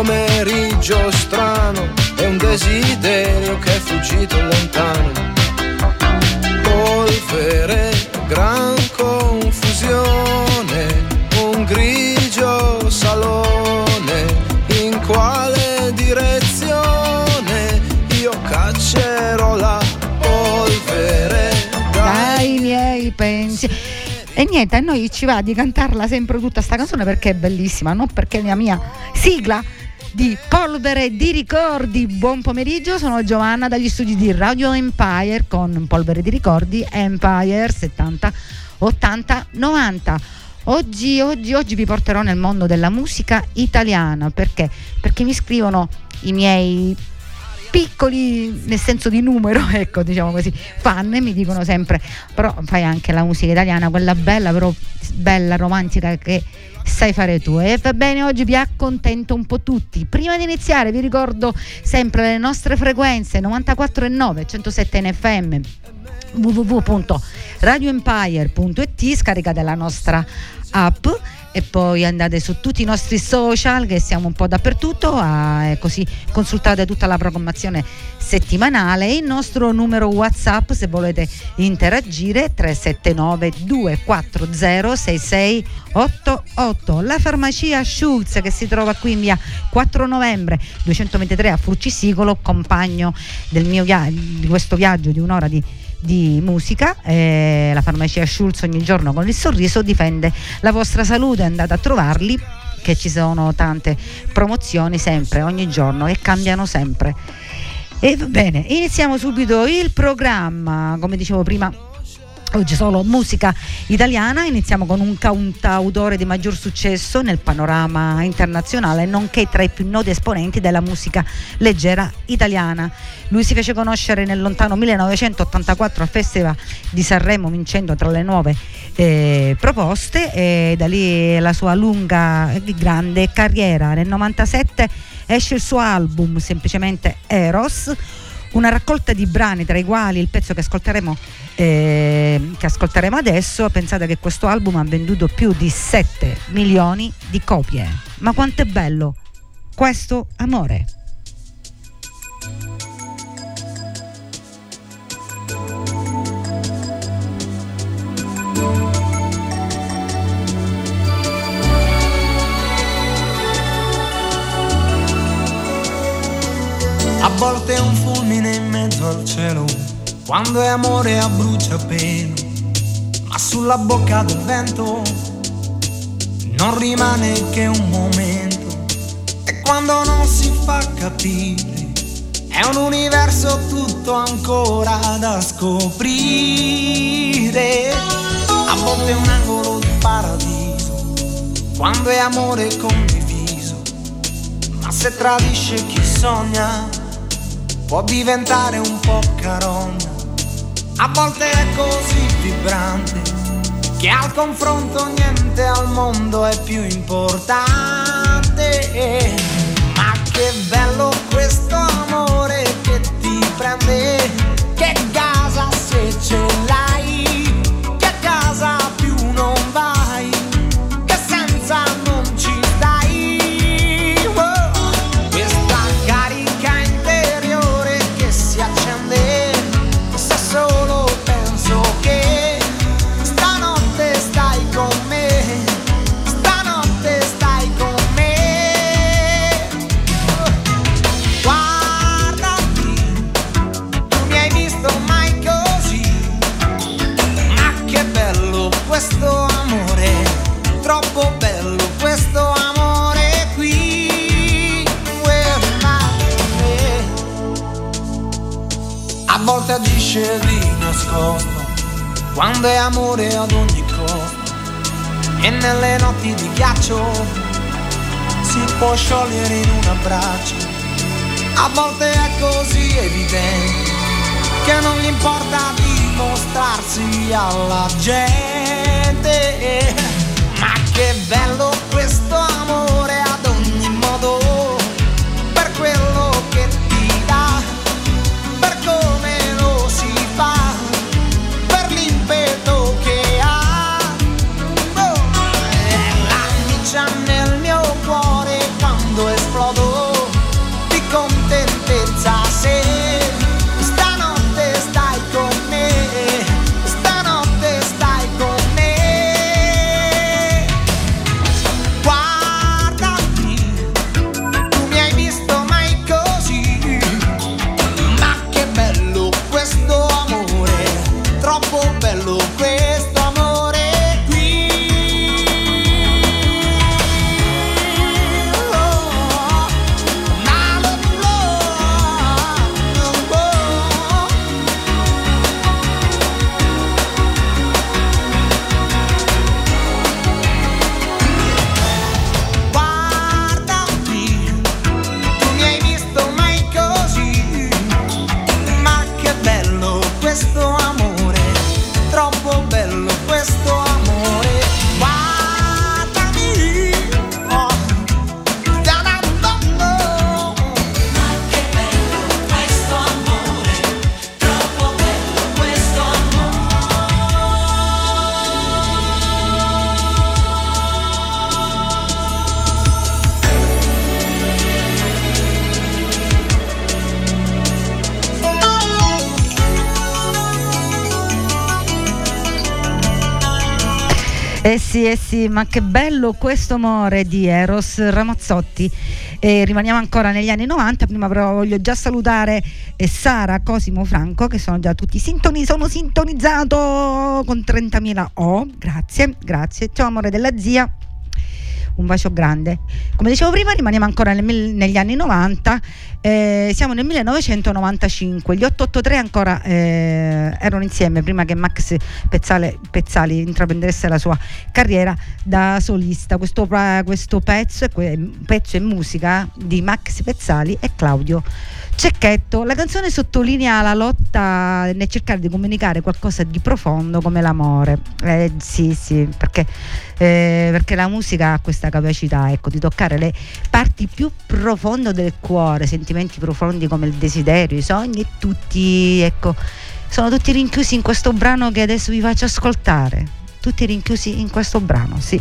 pomeriggio strano, è un desiderio che è fuggito lontano. Polvere, gran confusione, un grigio salone, in quale direzione io caccerò la polvere dai miei pensieri. E niente, a noi ci va di cantarla sempre tutta sta canzone perché è bellissima, non perché è la mia sigla di Polvere di ricordi. Buon pomeriggio, sono Giovanna dagli studi di Radio Empire con Polvere di ricordi Empire 70 80 90. Oggi vi porterò nel mondo della musica italiana. Perché mi scrivono i miei piccoli, nel senso di numero, ecco, diciamo così, fan, e mi dicono sempre: però fai anche la musica italiana, quella bella, però bella, romantica, che sai fare tu. E va bene, oggi vi accontento un po' tutti. Prima di iniziare vi ricordo sempre le nostre frequenze: 94,9, 107 in FM, www.radioempire.it, scaricate la nostra app e poi andate su tutti i nostri social, che siamo un po' dappertutto, così consultate tutta la programmazione settimanale. Il nostro numero WhatsApp, se volete interagire, 379 240 6688. La farmacia Schulz, che si trova qui in via 4 novembre 223 a Furcisicolo, compagno del mio di questo viaggio di un'ora di musica. La farmacia Schulz ogni giorno con il sorriso difende la vostra salute. Andate a trovarli, che ci sono tante promozioni sempre, ogni giorno, e cambiano sempre. E va bene, iniziamo subito il programma. Come dicevo prima, oggi solo musica italiana. Iniziamo con un cantautore di maggior successo nel panorama internazionale, nonché tra i più noti esponenti della musica leggera italiana. Lui si fece conoscere nel lontano 1984 al Festival di Sanremo, vincendo tra le nuove proposte, e da lì la sua lunga e grande carriera. Nel 97 esce il suo album, semplicemente Eros, una raccolta di brani, tra i quali il pezzo che ascolteremo adesso. Pensate che questo album ha venduto più di 7 milioni di copie. Ma quanto è bello questo amore! A volte è un fulmine in mezzo al cielo, quando è amore a bruciapelo, ma sulla bocca del vento non rimane che un momento. E quando non si fa capire, è un universo tutto ancora da scoprire. A volte è un angolo di paradiso, quando è amore condiviso, ma se tradisce chi sogna può diventare un po' carogna. A volte è così vibrante che al confronto niente al mondo è più importante. Ma che bello questo amore che ti prende, che casa se ce l'hai, che a casa più non vai, che senza non ci stai. Questa carica interiore che si accende se solo penso che stanotte stai con me, stanotte stai con me. Guardati, non mi hai visto mai così, ma che bello questo amore, troppo bello questo amore qui. A volte agisce di nascosto, quando è amore ad ogni costo, e nelle notti di ghiaccio si può sciogliere in un abbraccio. A volte è così evidente che non gli importa dimostrarsi alla gente. Ma che bello questo amore ad ogni modo, per quello che ti dà, per come lo si fa, per l'impeto che ha. È la miccia nel mio cuore quando esplodo. sì, ma che bello questo amore di Eros Ramazzotti. Rimaniamo ancora negli anni 90. Prima però voglio già salutare Sara, Cosimo, Franco, che sono già tutti sono sintonizzato con 30.000 grazie. Ciao amore della zia, un bacio grande. Come dicevo prima, rimaniamo ancora negli anni 90. Siamo nel 1995. Gli 883 ancora erano insieme prima che Max Pezzali intraprendesse la sua carriera da solista. Questo pezzo è musica di Max Pezzali e Claudio Cecchetto. La canzone sottolinea la lotta nel cercare di comunicare qualcosa di profondo come l'amore. Sì, perché la musica ha questa capacità, ecco, di toccare le parti più profonde del cuore, sentimenti profondi come il desiderio, i sogni, e tutti, ecco, sono tutti rinchiusi in questo brano che adesso vi faccio ascoltare. Tutti rinchiusi in questo brano, sì.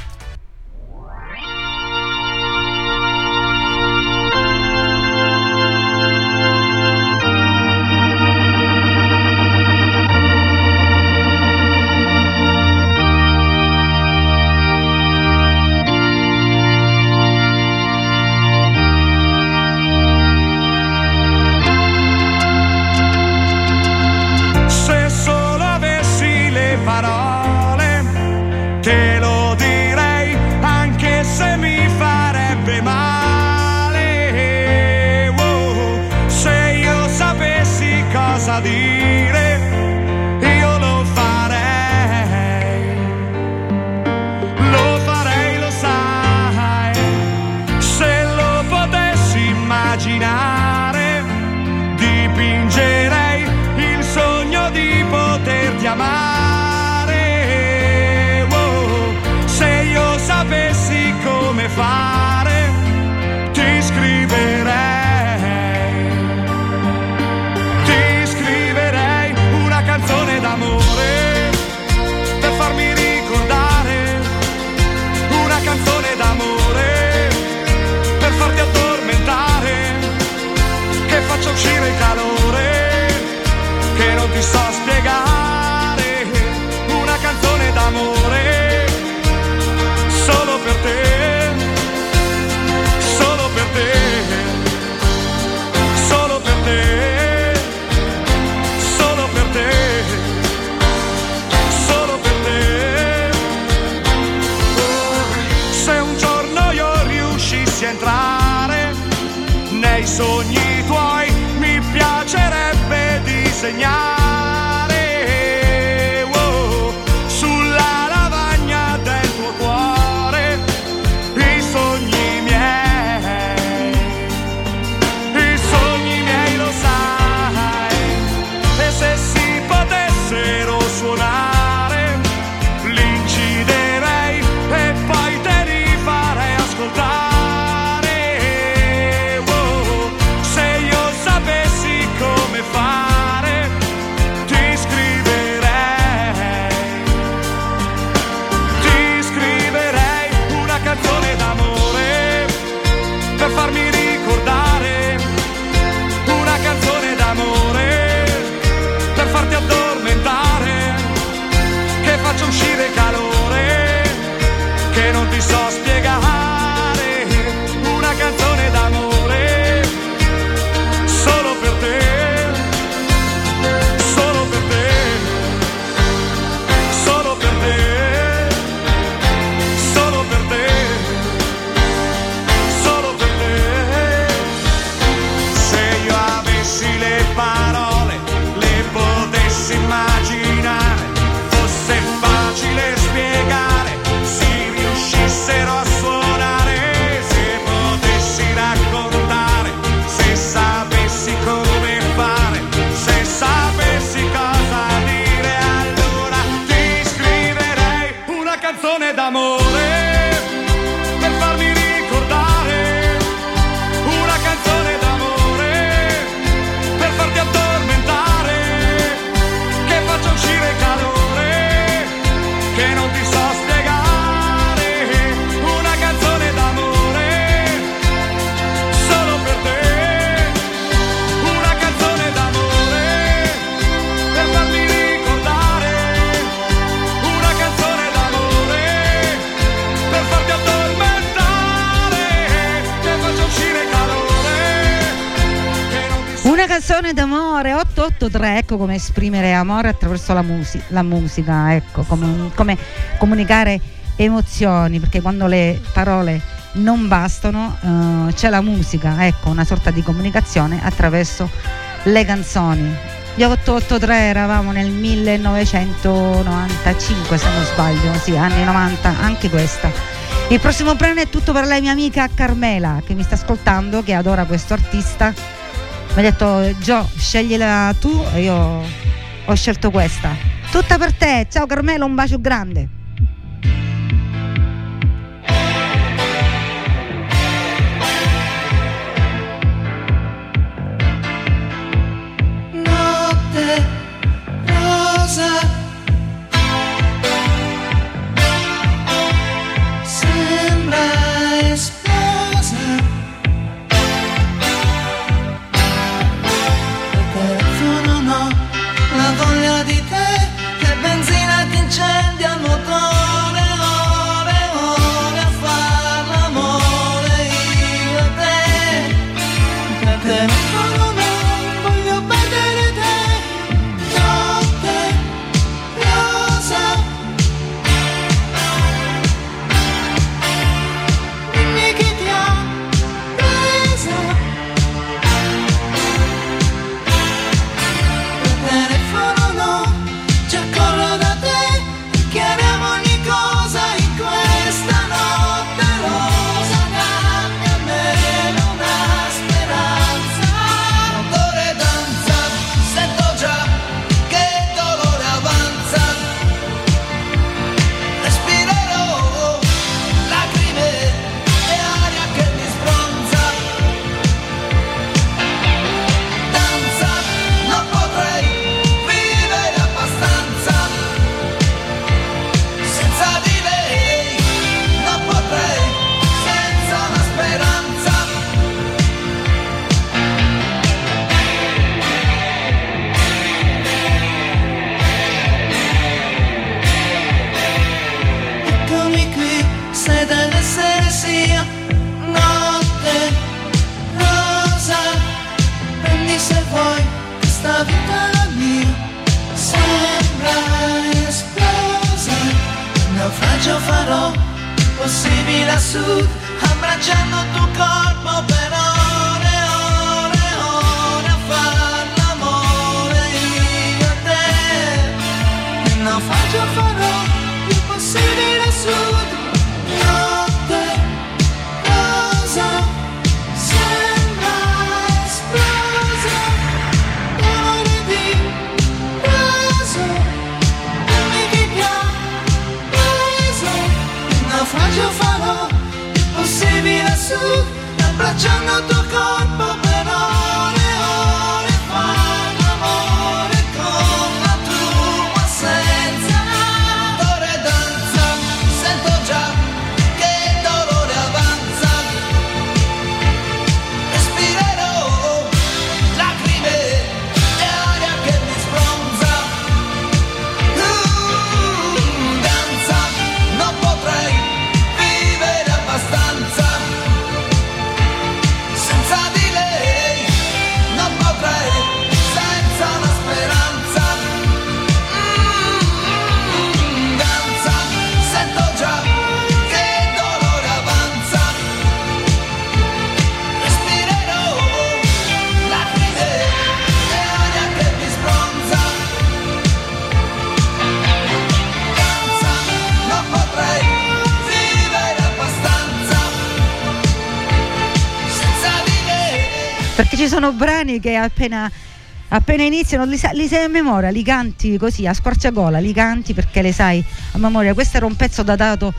Uscire il calore che non ti so spiegare, una canzone d'amore solo per te, solo per te, solo per te, solo per te, solo per te. Se un giorno io riuscissi a entrare nei sogni tuoi, mi piacerebbe disegnare sulla lavagna del tuo cuore i sogni miei, lo sai, e se si potessero suonare li inciderei e poi te li farei ascoltare. canzone d'amore 883, ecco come esprimere amore attraverso la musica, ecco come comunicare emozioni, perché quando le parole non bastano c'è la musica, ecco, una sorta di comunicazione attraverso le canzoni. Gli 883 eravamo nel 1995 se non sbaglio, sì, anni 90, anche questa. Il prossimo brano è tutto per la mia amica Carmela che mi sta ascoltando, che adora questo artista. Mi ha detto: Gio, sceglila tu, e io ho scelto questa. Tutta per te. Ciao Carmela, un bacio grande. Notte rosa, sembra esplosa. Il telefono no, la voglia di te, che benzina ti incendia il motore, ore e ore a far l'amore io e te. Il telefono no, voglio perdere te. Notte rosa, dimmi chi ti ha presa. Il telefono no, già corro da te, chiariamo ogni cosa in questa notte rosa. Dammi almeno una speranza. Odore danza, sento già che dolore avanza. Respirerò lacrime e aria che mi sbronza. Danza, non potrei vivere abbastanza. Senza di lei non potrei, senza una speranza. Eccomi qui, se deve essere sia. Notte rosa, prendi se vuoi questa vita la mia. Sembra esplosa, un naufragio farò, possibile a sud, abbracciando il tuo corpo per ore e ore e ore a far l'amore io e te. Il naufragio farò, il possibile a sud. Notte rosa, sembra esplosa, dolore di raso, dimmi chi ti ha preso. Il naufragio farò, il possibile a sud, abbracciando il tuo corpo per ore e ore, far l'amore con la tua assenza. Odore danza, sento già che dolore avanza. Respirerò lacrime e aria che mi sbronza. Danza, non potrei vivere abbastanza. Senza di lei non potrei, senza una speranza. Danza, sento già che dolore avanza. Respirerò lacrime e aria che mi sbronza. Danza, non potrei vivere abbastanza. Senza di lei. Perché ci sono brani che appena iniziano li sai a memoria, li canti così a squarciagola, li canti perché le sai a memoria. Questo era un pezzo datato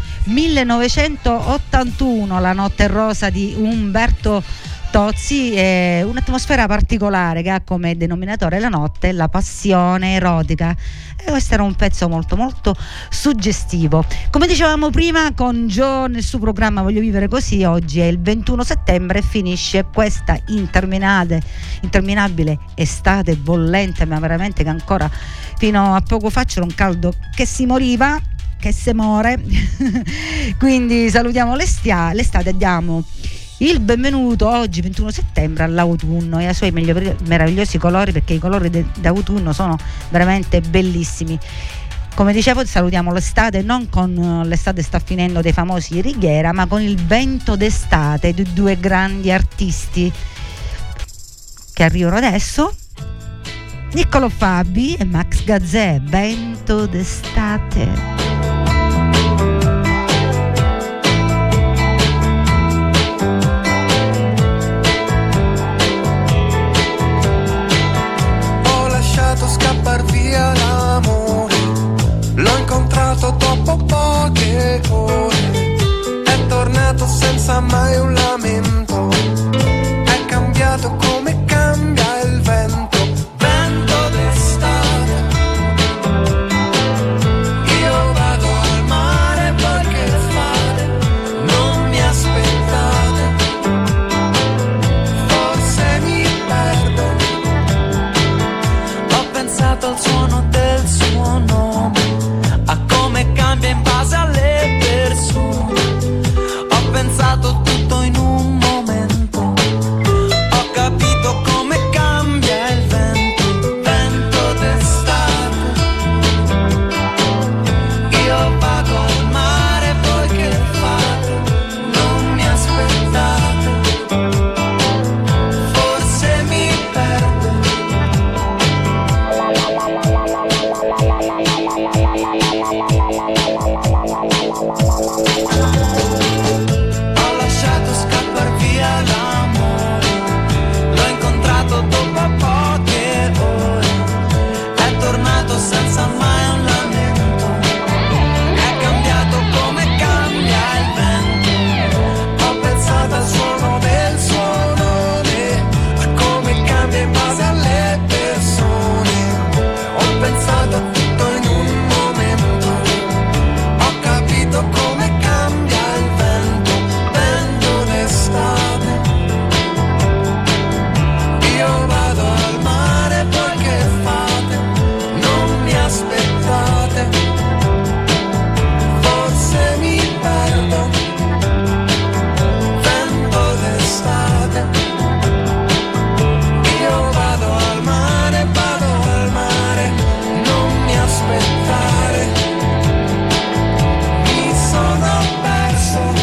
1981, La notte rosa di Umberto Tozzi, è un'atmosfera particolare che ha come denominatore la notte, la passione erotica, e questo era un pezzo molto molto suggestivo. Come dicevamo prima con Gio nel suo programma Voglio vivere così, oggi è il 21 settembre e finisce questa interminabile estate bollente, ma veramente che ancora fino a poco fa c'era un caldo che si moriva, che se muore. Quindi salutiamo l'estate e diamo il benvenuto oggi 21 settembre all'autunno e ai suoi meravigliosi colori, perché i colori d'autunno sono veramente bellissimi. Come dicevo, salutiamo l'estate, non con l'estate sta finendo dei famosi Righiera, ma con il vento d'estate di due grandi artisti che arrivano adesso, Niccolò Fabi e Max Gazzè, vento d'estate. Scappar via l'amore, l'ho incontrato dopo poche ore, è tornato senza mai un lamento, è cambiato come cambia il vento, vento d'estate. Io vado al mare, voi che fate? Non mi aspettate, forse mi perdo. Al suono del suo nome, a come cambia in base alle persone. Ho pensato tutto in un momento, ho capito come cambia il vento, vento d'estate. Io vado al mare, voi che fate? Non mi aspettate, forse mi perdo. Ho lasciato scappar via l'amore, l'ho incontrato dopo poche ore, è tornato senza mai un lamento, è cambiato come cambia il vento. Ho pensato al suono del suo nome, a come cambia in base alle persone. Ho pensato a tutto in un momento, ho capito come cambia il vento, vento d'estate. Io vado al mare, voi che fate? Non mi aspettate, forse mi perdo, vento d'estate. Io vado al mare, non mi aspettare, mi sono perso.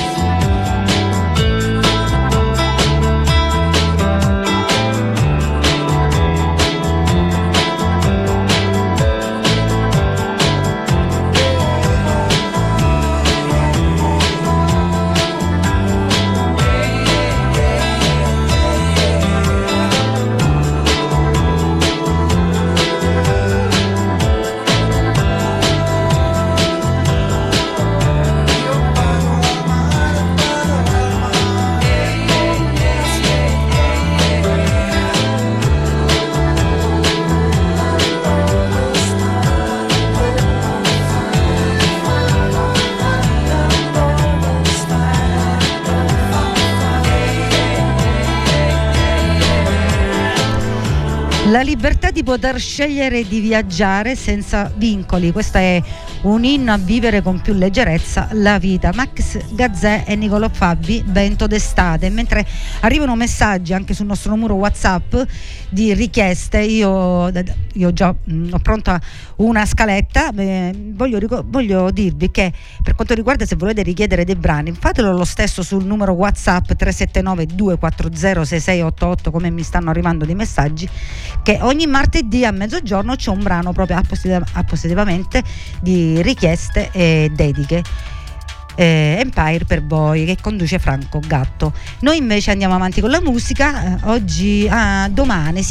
La libertà di poter scegliere di viaggiare senza vincoli, questo è un inno a vivere con più leggerezza la vita. Max Gazzè e Niccolò Fabi, vento d'estate. Mentre arrivano messaggi anche sul nostro numero WhatsApp di richieste, io già ho pronta una scaletta. Voglio dirvi che per quanto riguarda, se volete richiedere dei brani, fatelo lo stesso sul numero WhatsApp 379 240 6688, come mi stanno arrivando dei messaggi, che ogni martedì a mezzogiorno c'è un brano proprio appositamente di richieste e dediche. Empire per voi, che conduce Franco Gatto. Noi invece andiamo avanti con la musica. Domani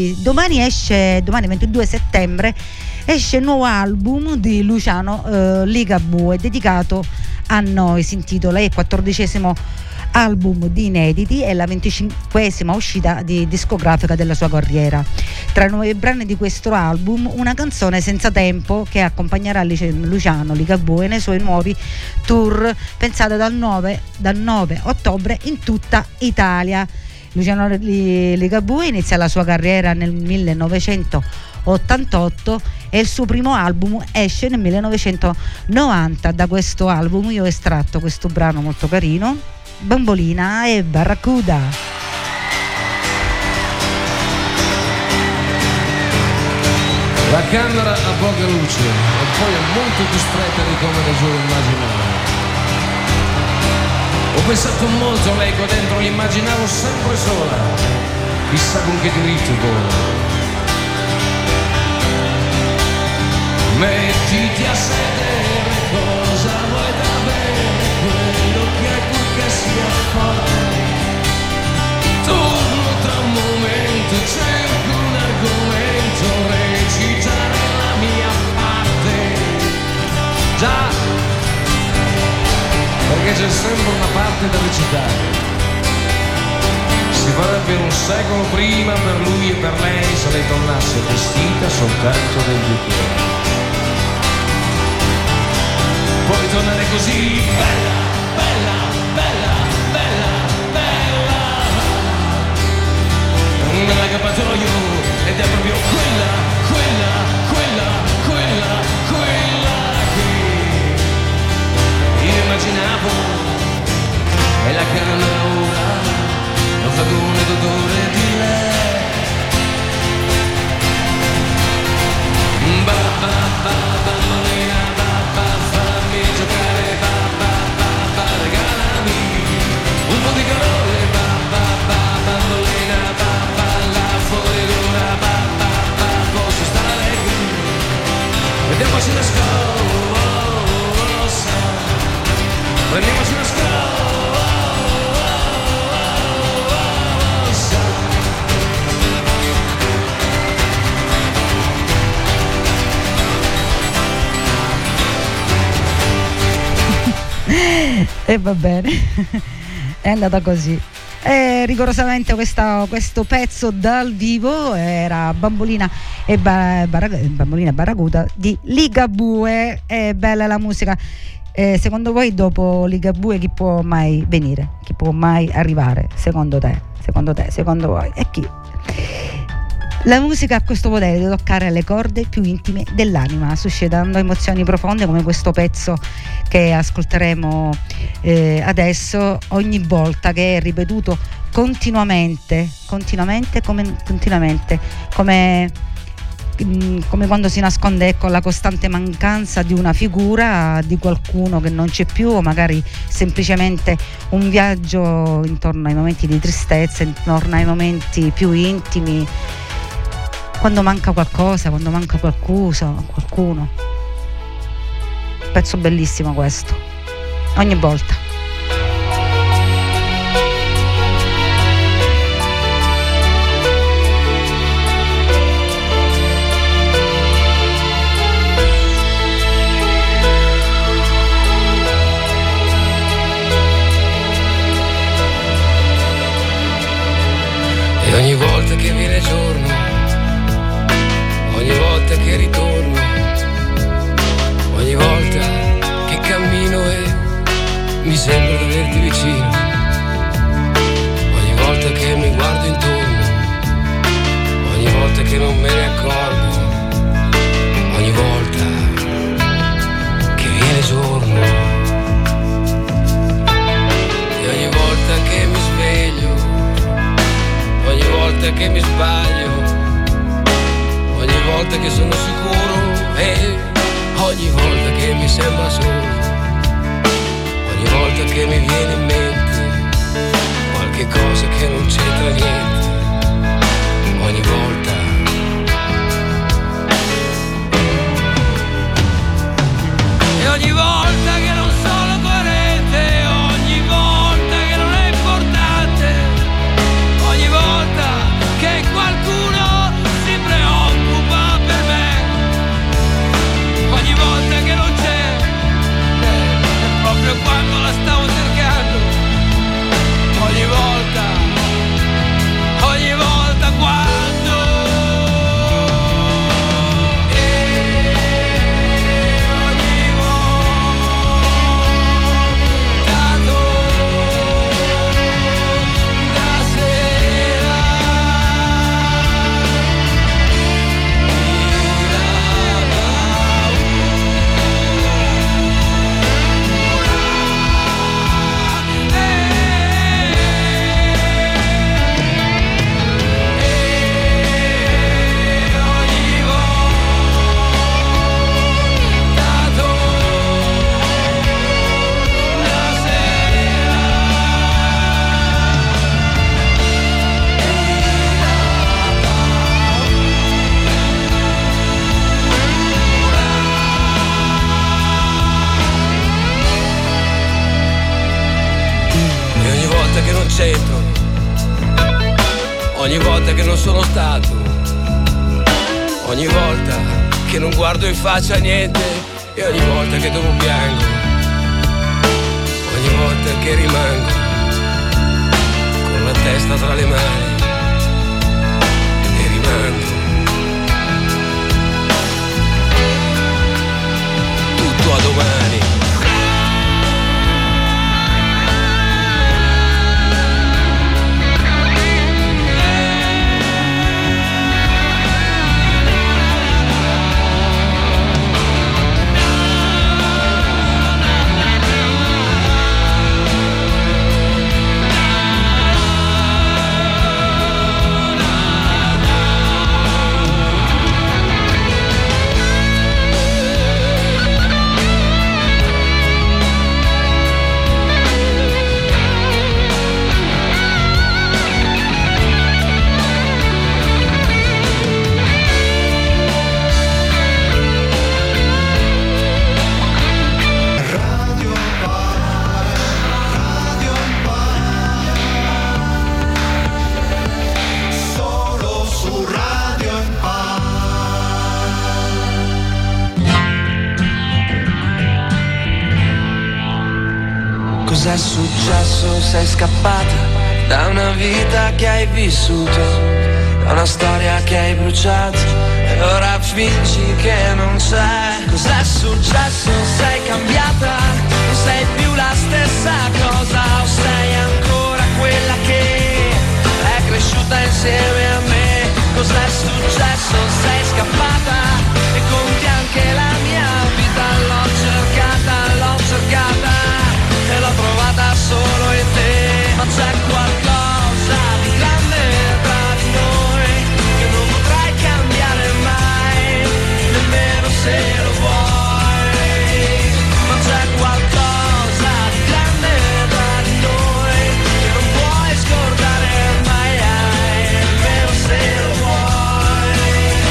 22 settembre esce il nuovo album di Luciano Ligabue, dedicato a noi, si intitola, è il 14° album di inediti e la 25esima uscita discografica della sua carriera. Tra i nuovi brani di questo album, una canzone senza tempo che accompagnerà Luciano Ligabue nei suoi nuovi tour, pensata dal 9 ottobre in tutta Italia. Luciano Ligabue inizia la sua carriera nel 1988 e il suo primo album esce nel 1990. Da questo album io ho estratto questo brano molto carino Bambolina e Barracuda. La camera ha poca luce e poi è molto più stretta di come da giù immaginavo. Ho pensato molto a lei qua dentro, l'immaginavo sempre sola, chissà con che diritto vola. Mettiti a sedere, cosa vuoi da bere, quello che è qui che sia forte. Torno tra un momento, cerco un argomento, recitare la mia parte. Già, perché c'è sempre una parte da recitare. Si farebbe un secolo prima per lui e per lei se lei tornasse vestita soltanto del bicchiere. Puoi tornare così bella, bella, bella, bella, bella nell'accappatoio ed è proprio quella che io immaginavo e la camera ora non fa d'uno d'odore di lei. Bambolina, fammi giocare, regalami un po' di calore, bambolina, là fuori l'ora, posso stare qui, prendiamoci una scossa, prendiamoci una scossa. E va bene, è andata così. Rigorosamente questo pezzo dal vivo era Bambolina e Barracuda di Ligabue. È bella la musica. Secondo voi dopo Ligabue chi può mai venire? Chi può mai arrivare? Secondo te? Secondo voi? E chi? La musica ha questo potere di toccare le corde più intime dell'anima, suscitando emozioni profonde come questo pezzo che ascolteremo adesso, ogni volta che è ripetuto continuamente, come quando si nasconde, ecco, la costante mancanza di una figura, di qualcuno che non c'è più, o magari semplicemente un viaggio intorno ai momenti di tristezza, intorno ai momenti più intimi, quando manca qualcosa, quando manca qualcuno. Pezzo bellissimo questo, ogni volta. E ogni volta che viene giorno, ogni volta che ritorno, ogni volta che cammino e mi sembra di averti vicino, ogni volta che mi guardo intorno, ogni volta che non me ne accorgo, ogni volta che viene giorno, e ogni volta che mi sveglio, ogni volta che mi sbaglio, ogni volta che sono sicuro e ogni volta che mi sembra solo, ogni volta che mi viene in mente qualche cosa che non c'entra niente, ogni volta. E ogni volta che non sono coerente, ogni volta che non è importante, ogni volta che qualcuno si preoccupa per me, ogni volta che non c'è, è proprio quando la stavo cercando, ogni volta ogni volta che non sono stato, ogni volta che non guardo in faccia a niente e ogni volta che dopo piango, ogni volta che rimango con la testa tra le mani e rimando. Tutto a domani. Cos'è successo? Sei scappata da una vita che hai vissuto, da una storia che hai bruciato e ora fingi che non c'è. Cos'è successo? Sei cambiata, non sei più la stessa cosa, o sei ancora quella che è cresciuta insieme a me. Cos'è successo? Sei scappata e conti anche la mia vita. L'ho cercata e l'ho trovata solo in te. Ma c'è qualcosa di grande tra di noi che non potrai cambiare mai, nemmeno se lo vuoi. Ma c'è qualcosa di grande tra di noi che non puoi scordare mai, nemmeno se lo vuoi.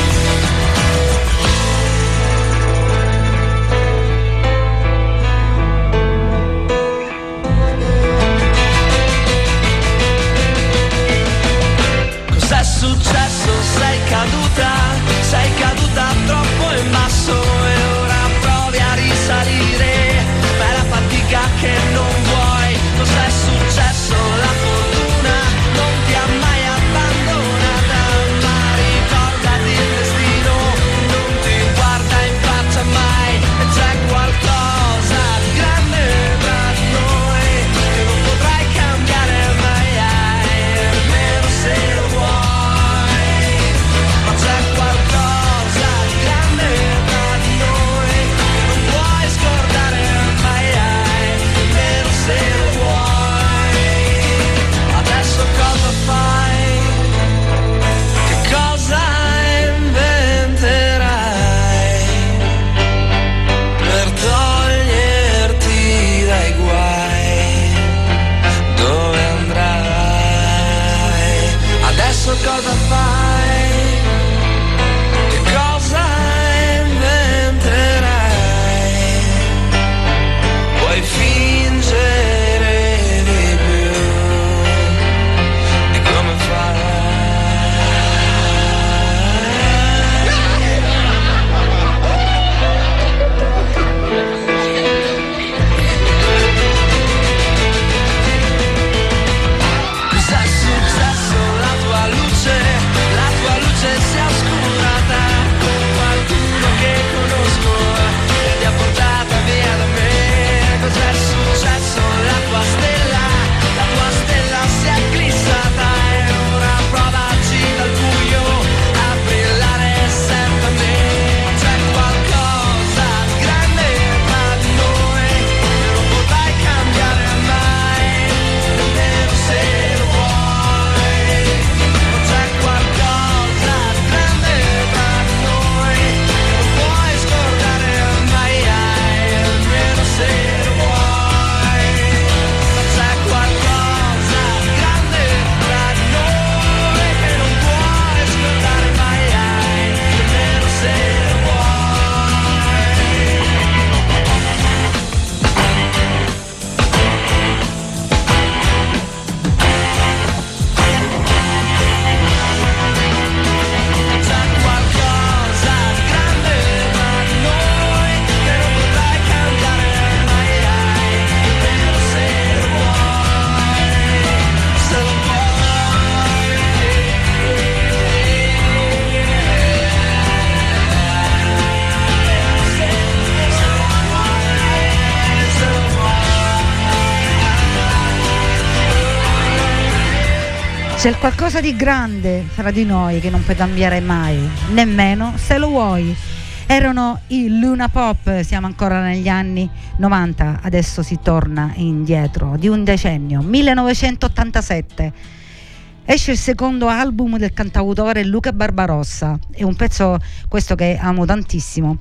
C'è qualcosa di grande fra di noi che non puoi cambiare mai, nemmeno se lo vuoi. Erano i Luna Pop, siamo ancora negli anni 90, adesso si torna indietro di un decennio, 1987. Esce il secondo album del cantautore Luca Barbarossa, è un pezzo questo che amo tantissimo.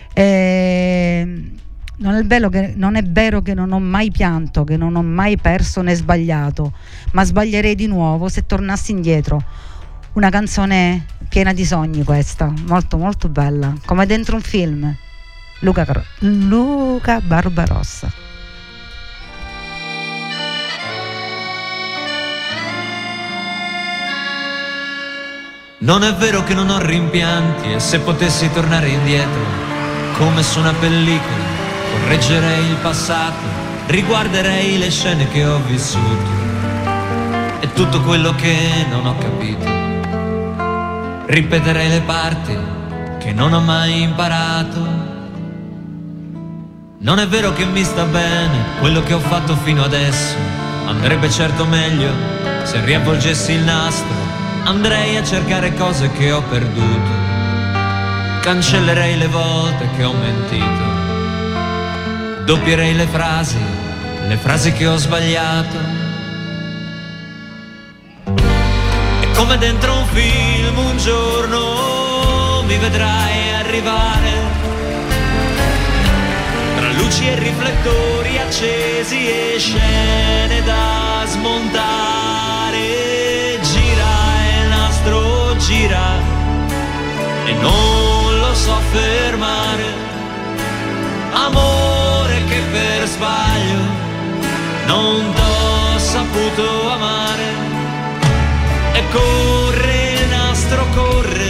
Non è vero che non ho mai pianto, che non ho mai perso né sbagliato, ma sbaglierei di nuovo se tornassi indietro. Una canzone piena di sogni questa, molto molto bella, come dentro un film. Luca Barbarossa. Non è vero che non ho rimpianti e se potessi tornare indietro, come su una pellicola, correggerei il passato, riguarderei le scene che ho vissuto e tutto quello che non ho capito. Ripeterei le parti che non ho mai imparato. Non è vero che mi sta bene quello che ho fatto fino adesso. Andrebbe certo meglio se riavvolgessi il nastro. Andrei a cercare cose che ho perduto. Cancellerei le volte che ho mentito. Doppierei le frasi che ho sbagliato. E come dentro un film un giorno mi vedrai arrivare, tra luci e riflettori accesi e scene da smontare. Gira il nastro, gira e non lo so fermare. Amore che per sbaglio non t'ho saputo amare. E corre il nastro, corre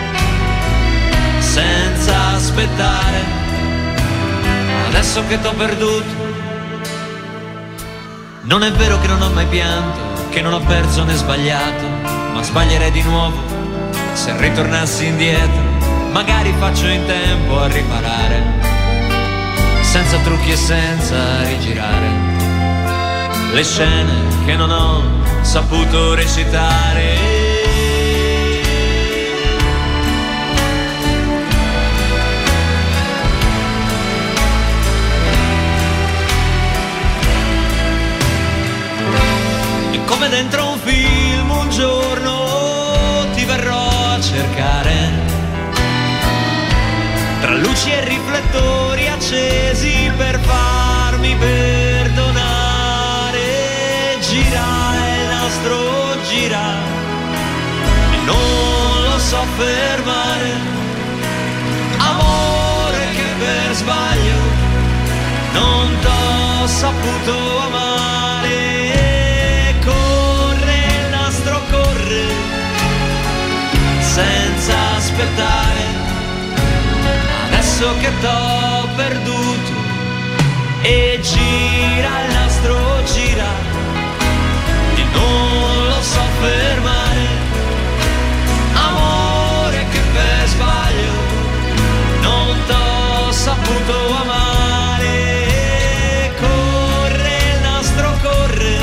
senza aspettare. Adesso che t'ho perduto. Non è vero che non ho mai pianto, che non ho perso né sbagliato, ma sbaglierei di nuovo se ritornassi indietro. Magari faccio in tempo a riparare, senza trucchi e senza rigirare le scene che non ho saputo recitare. E come dentro un film un giorno ti verrò a cercare, tra luci e riflettori accesi per farmi perdonare. Gira il nastro, gira e non lo so fermare. Amore che per sbaglio non t'ho saputo amare. Corre il nastro, corre senza aspettare. Adesso che t'ho perduto e gira il nastro, gira e non lo so fermare. Amore che per sbaglio non t'ho saputo amare. Corre il nastro, corre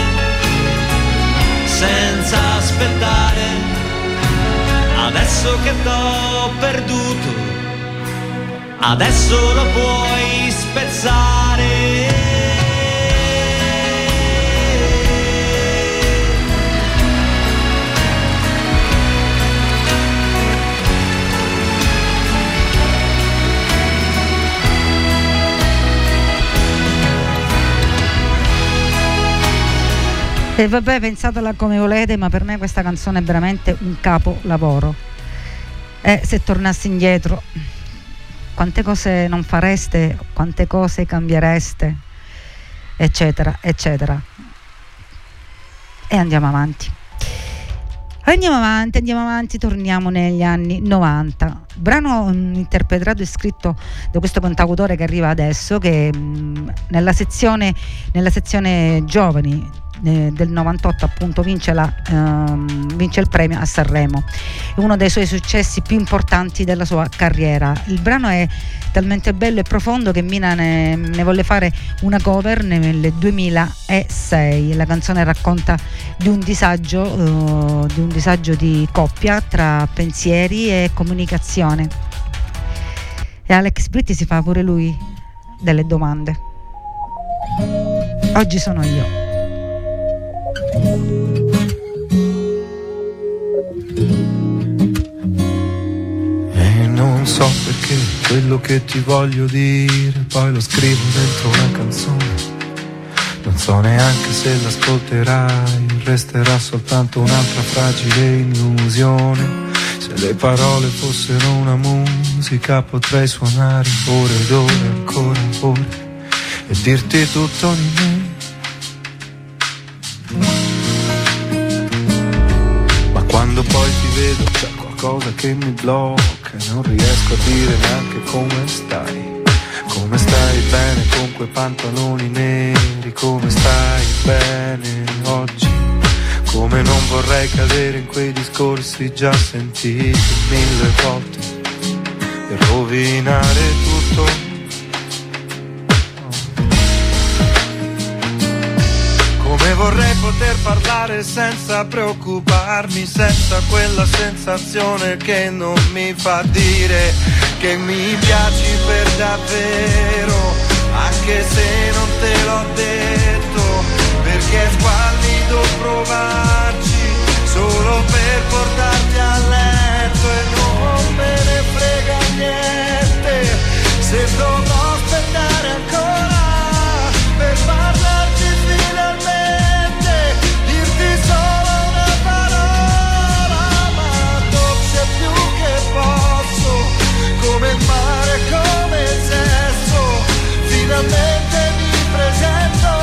senza aspettare. Adesso che t'ho perduto, adesso lo puoi spezzare. E vabbè, pensatela come volete, ma per me questa canzone è veramente un capolavoro. Se tornassi indietro, quante cose non fareste, quante cose cambiereste, eccetera, eccetera. E andiamo avanti, torniamo negli anni 90. Brano interpretato e scritto da questo cantautore che arriva adesso, che nella sezione giovani del 98 appunto vince il premio a Sanremo. È uno dei suoi successi più importanti della sua carriera. Il brano è talmente bello e profondo che Mina ne volle fare una cover nel 2006. La canzone racconta di un disagio di coppia tra pensieri e comunicazione, e Alex Britti si fa pure lui delle domande. Oggi sono io. E non so perché quello che ti voglio dire poi lo scrivo dentro una canzone. Non so neanche se l'ascolterai, resterà soltanto un'altra fragile illusione. Se le parole fossero una musica potrei suonare ore ed ore, ancora ore, e dirti tutto di me. Quando poi ti vedo c'è qualcosa che mi blocca e non riesco a dire neanche come stai. Come stai bene con quei pantaloni neri, come stai bene oggi. Come non vorrei cadere in quei discorsi già sentiti 1000 volte e rovinare tutto. Come vorrei poter parlare senza preoccuparmi, senza quella sensazione che non mi fa dire che mi piaci per davvero, anche se non te l'ho detto, perché è squallido provarci solo per portarti a letto e non me ne frega niente se dovrò aspettare ancora per parlarci finalmente, dirti solo una parola, ma dolce più che posso, come il mare, come il sesso, finalmente mi presento.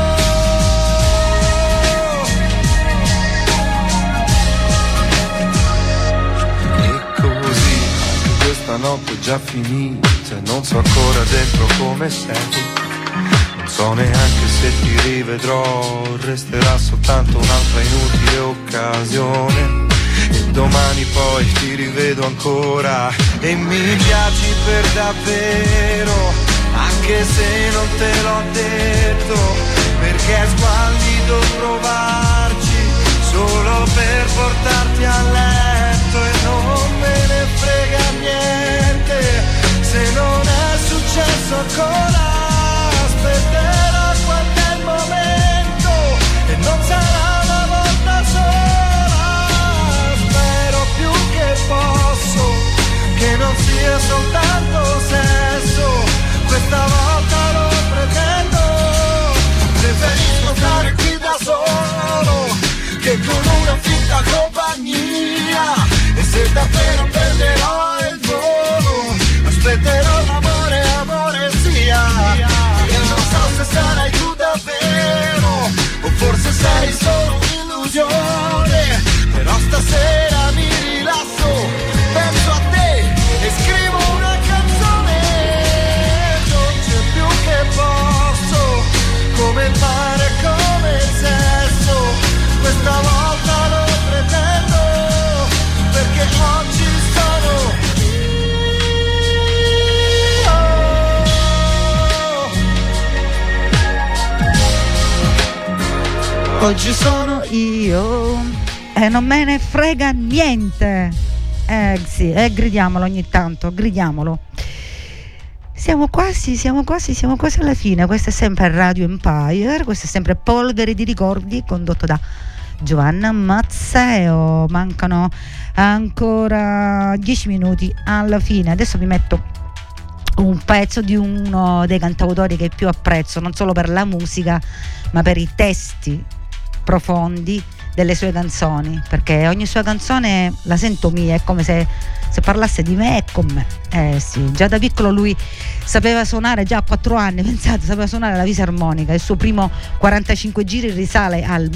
E così anche questa notte è già finita, non so ancora dentro come sei. Non so neanche se ti rivedrò, resterà soltanto un'altra inutile occasione. E domani poi ti rivedo ancora e mi piaci per davvero, anche se non te l'ho detto, perché è squallido provarci solo per portarti a letto e non me ne frega niente se non è successo ancora. Aspetterò quando è il momento e non sarà una volta sola. Spero più che posso che non sia soltanto sesso, questa volta lo pretendo. Preferisco stare qui da solo che con una finta compagnia, e se davvero perderò il volo aspetterò l'amore, amore sia. Se sarai tu davvero, o forse sei solo un'illusione, però stasera mi rilasso, penso a te e scrivo una canzone. Non c'è più che posso, come il mare, come il sesso, questa volta lo pretendo, perché oggi sono Oggi sono io e non me ne frega niente. Sì, gridiamolo ogni tanto, gridiamolo. Siamo quasi alla fine. Questo è sempre Radio Empire, questo è sempre Polvere di ricordi, condotto da Giovanna Mazzeo. Mancano ancora 10 minuti alla fine. Adesso vi metto un pezzo di uno dei cantautori che più apprezzo, non solo per la musica ma per i testi profondi delle sue canzoni, perché ogni sua canzone la sento mia, è come se parlasse di me e con me. Sì, già da piccolo lui sapeva suonare, già a 4 anni, pensate, sapeva suonare la fisarmonica. Il suo primo 45 giri risale al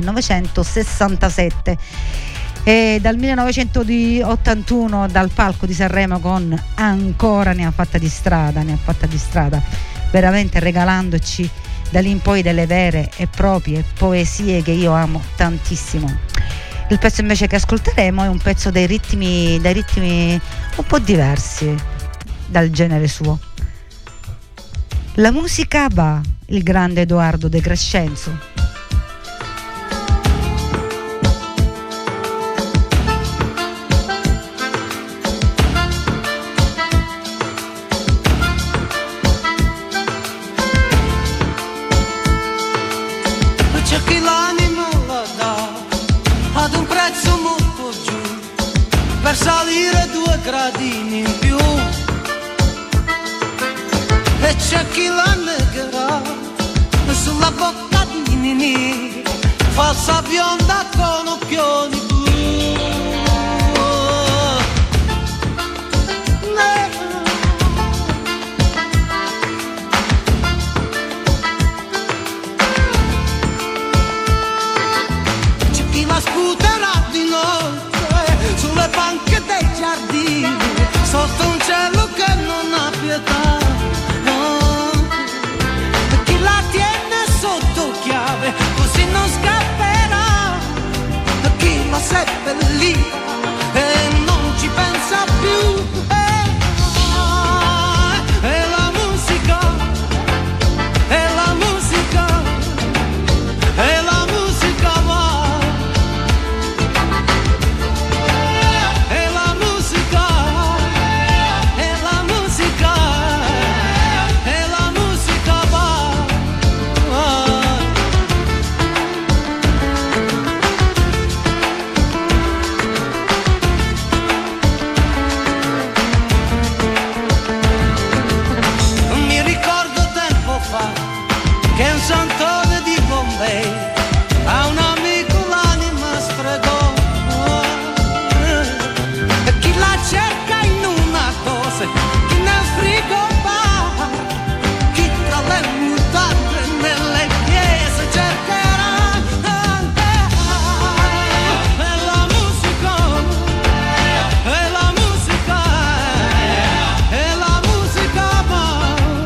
1967 e dal 1981 dal palco di Sanremo con Ancora ne ha fatta di strada, veramente regalandoci da lì in poi delle vere e proprie poesie che io amo tantissimo. Il pezzo invece che ascolteremo è un pezzo dai ritmi un po' diversi dal genere suo. La musica va, il grande Edoardo De Crescenzo. C'è chi l'anima la dà ad un prezzo molto giù per salire 2 gradini in più, e c'è chi la negherà sulla bocca di Nini, falsa bionda con occhioni blu. Sputerà di notte sulle banche dei giardini, sotto un cielo che non ha pietà, no. Chi la tiene sotto chiave così non scapperà, chi la seppellirà e non ci pensa più. E la musica, e la musica, e la musica va. Che un santone di Bombay a un amico l'anima stregò, e chi la cerca in una dose, chi nel frigo va, chi tra le mutande nelle chiese cercherà. E la musica, e la musica, e la musica va.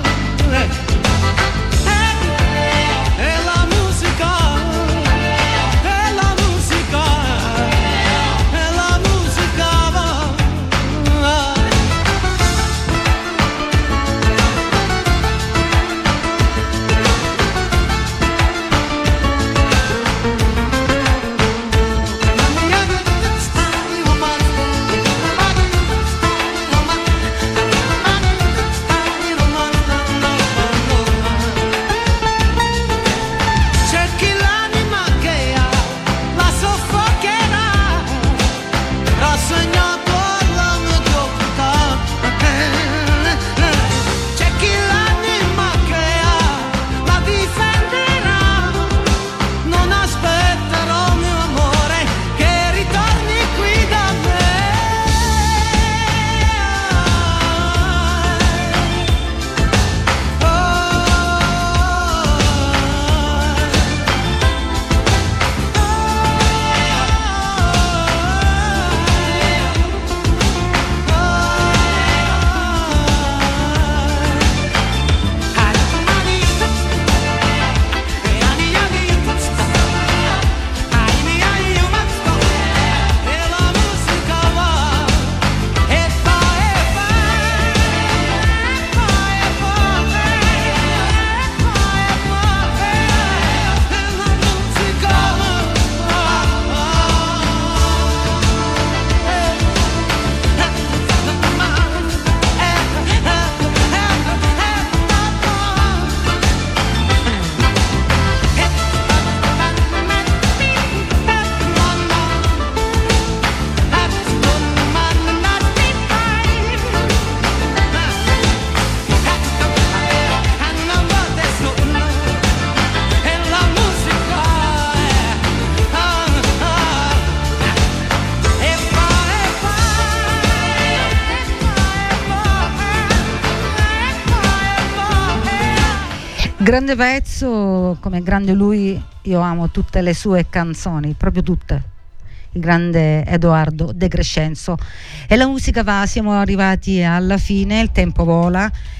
Grande pezzo, come grande lui, io amo tutte le sue canzoni, proprio tutte. Il grande Edoardo De Crescenzo. E la musica va, siamo arrivati alla fine, il tempo vola.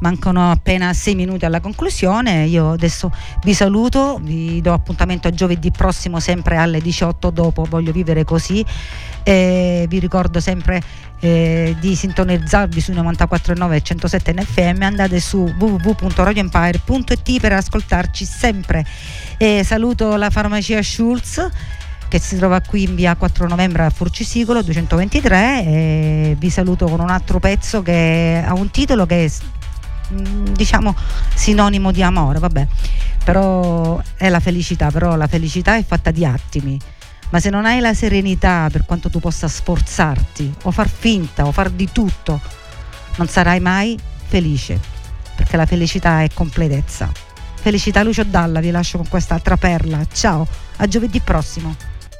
mancano appena 6 minuti alla conclusione. Io adesso vi saluto, vi do appuntamento a giovedì prossimo sempre alle 18 dopo Voglio Vivere Così. Vi ricordo sempre di sintonizzarvi sui 94.9 e 107 in FM. Andate su www.radioempire.it per ascoltarci sempre. Saluto la farmacia Schulz che si trova qui in via 4 novembre a Furcisicolo 223, e vi saluto con un altro pezzo che ha un titolo che è diciamo sinonimo di amore, vabbè, però è la felicità, però la felicità è fatta di attimi, ma se non hai la serenità, per quanto tu possa sforzarti o far finta o far di tutto, non sarai mai felice, perché la felicità è completezza. Felicità Lucio Dalla, vi lascio con questa altra perla. Ciao, a giovedì prossimo.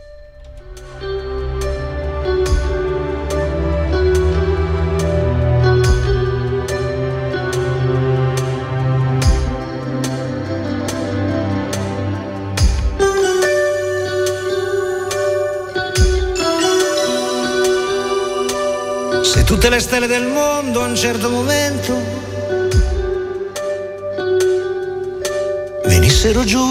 Se tutte le stelle del mondo a un certo momento venissero giù,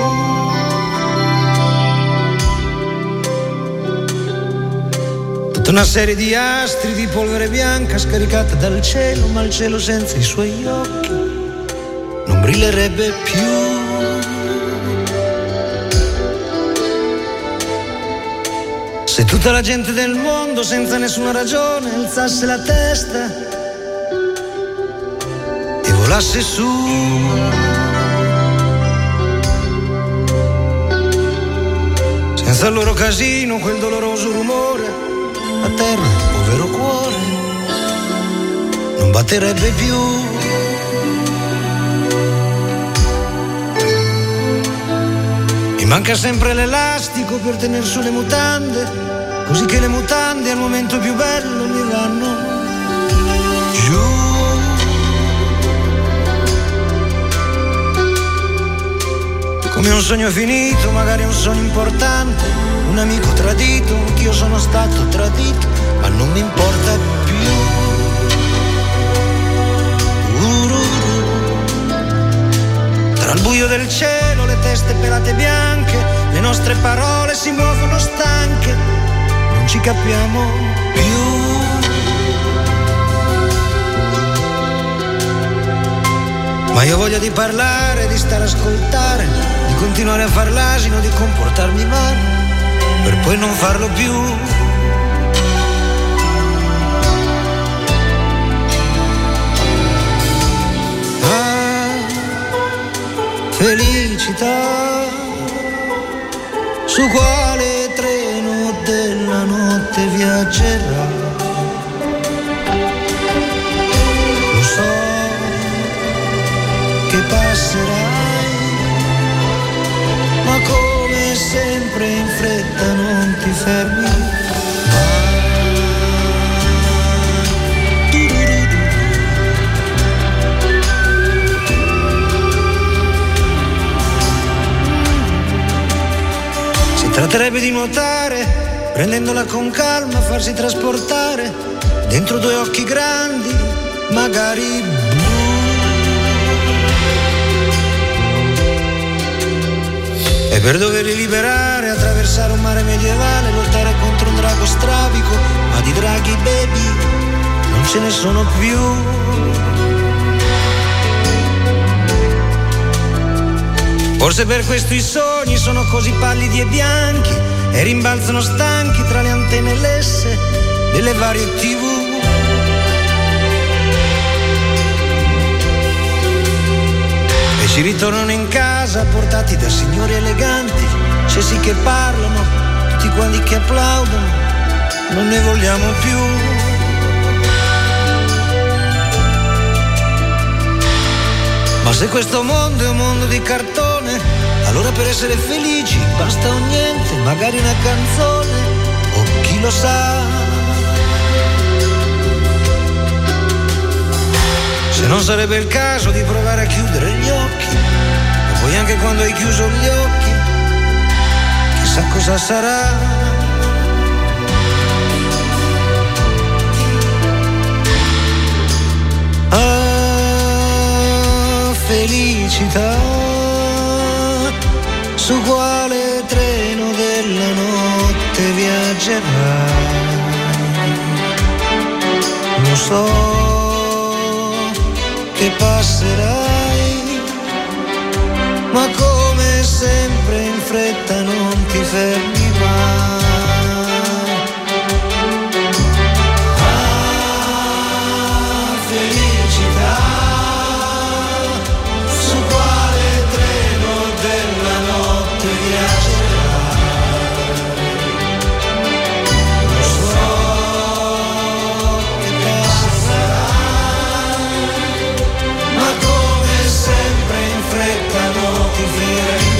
tutta una serie di astri di polvere bianca scaricata dal cielo, ma il cielo senza i suoi occhi non brillerebbe più. Se tutta la gente del mondo senza nessuna ragione alzasse la testa e volasse su, senza il loro casino, quel doloroso rumore, a terra il povero cuore non batterebbe più. Mi manca sempre l'elastico per tener su le mutande, così che le mutande al momento più bello mi vanno giù. Come un sogno finito, magari un sogno importante, un amico tradito, anch'io sono stato tradito, ma non mi importa più. Tra il buio del cielo, le teste pelate bianche, le nostre parole si muovono stanche, non ci capiamo più. Ma io ho voglia di parlare, di stare a ascoltare, di continuare a far l'asino, di comportarmi male, per poi non farlo più. Felicità, su quale treno della notte viaggerà? Lo so che passerai, ma come sempre in fretta non ti fermi mai. Tratterebbe di nuotare, prendendola con calma, farsi trasportare dentro due occhi grandi, magari blu. E per doverli liberare, attraversare un mare medievale, lottare contro un drago strabico, ma di draghi baby non ce ne sono più. Forse per questo i sogni sono così pallidi e bianchi e rimbalzano stanchi tra le antenne lesse delle varie TV. E ci ritornano in casa portati da signori eleganti, cessi che parlano, tutti quanti che applaudono, non ne vogliamo più. Ma se questo mondo è un mondo di cartone, allora per essere felici basta un niente, magari una canzone, o chi lo sa. Se non sarebbe il caso di provare a chiudere gli occhi, e poi anche quando hai chiuso gli occhi, chissà cosa sarà. felicità, su quale treno della notte viaggerai. Lo so che passerai, ma come sempre in fretta non ti fermi mai. Ah, felicità, su quale treno della notte viaggerai. Lo so che passerai, ma come sempre in fretta non ti fermi.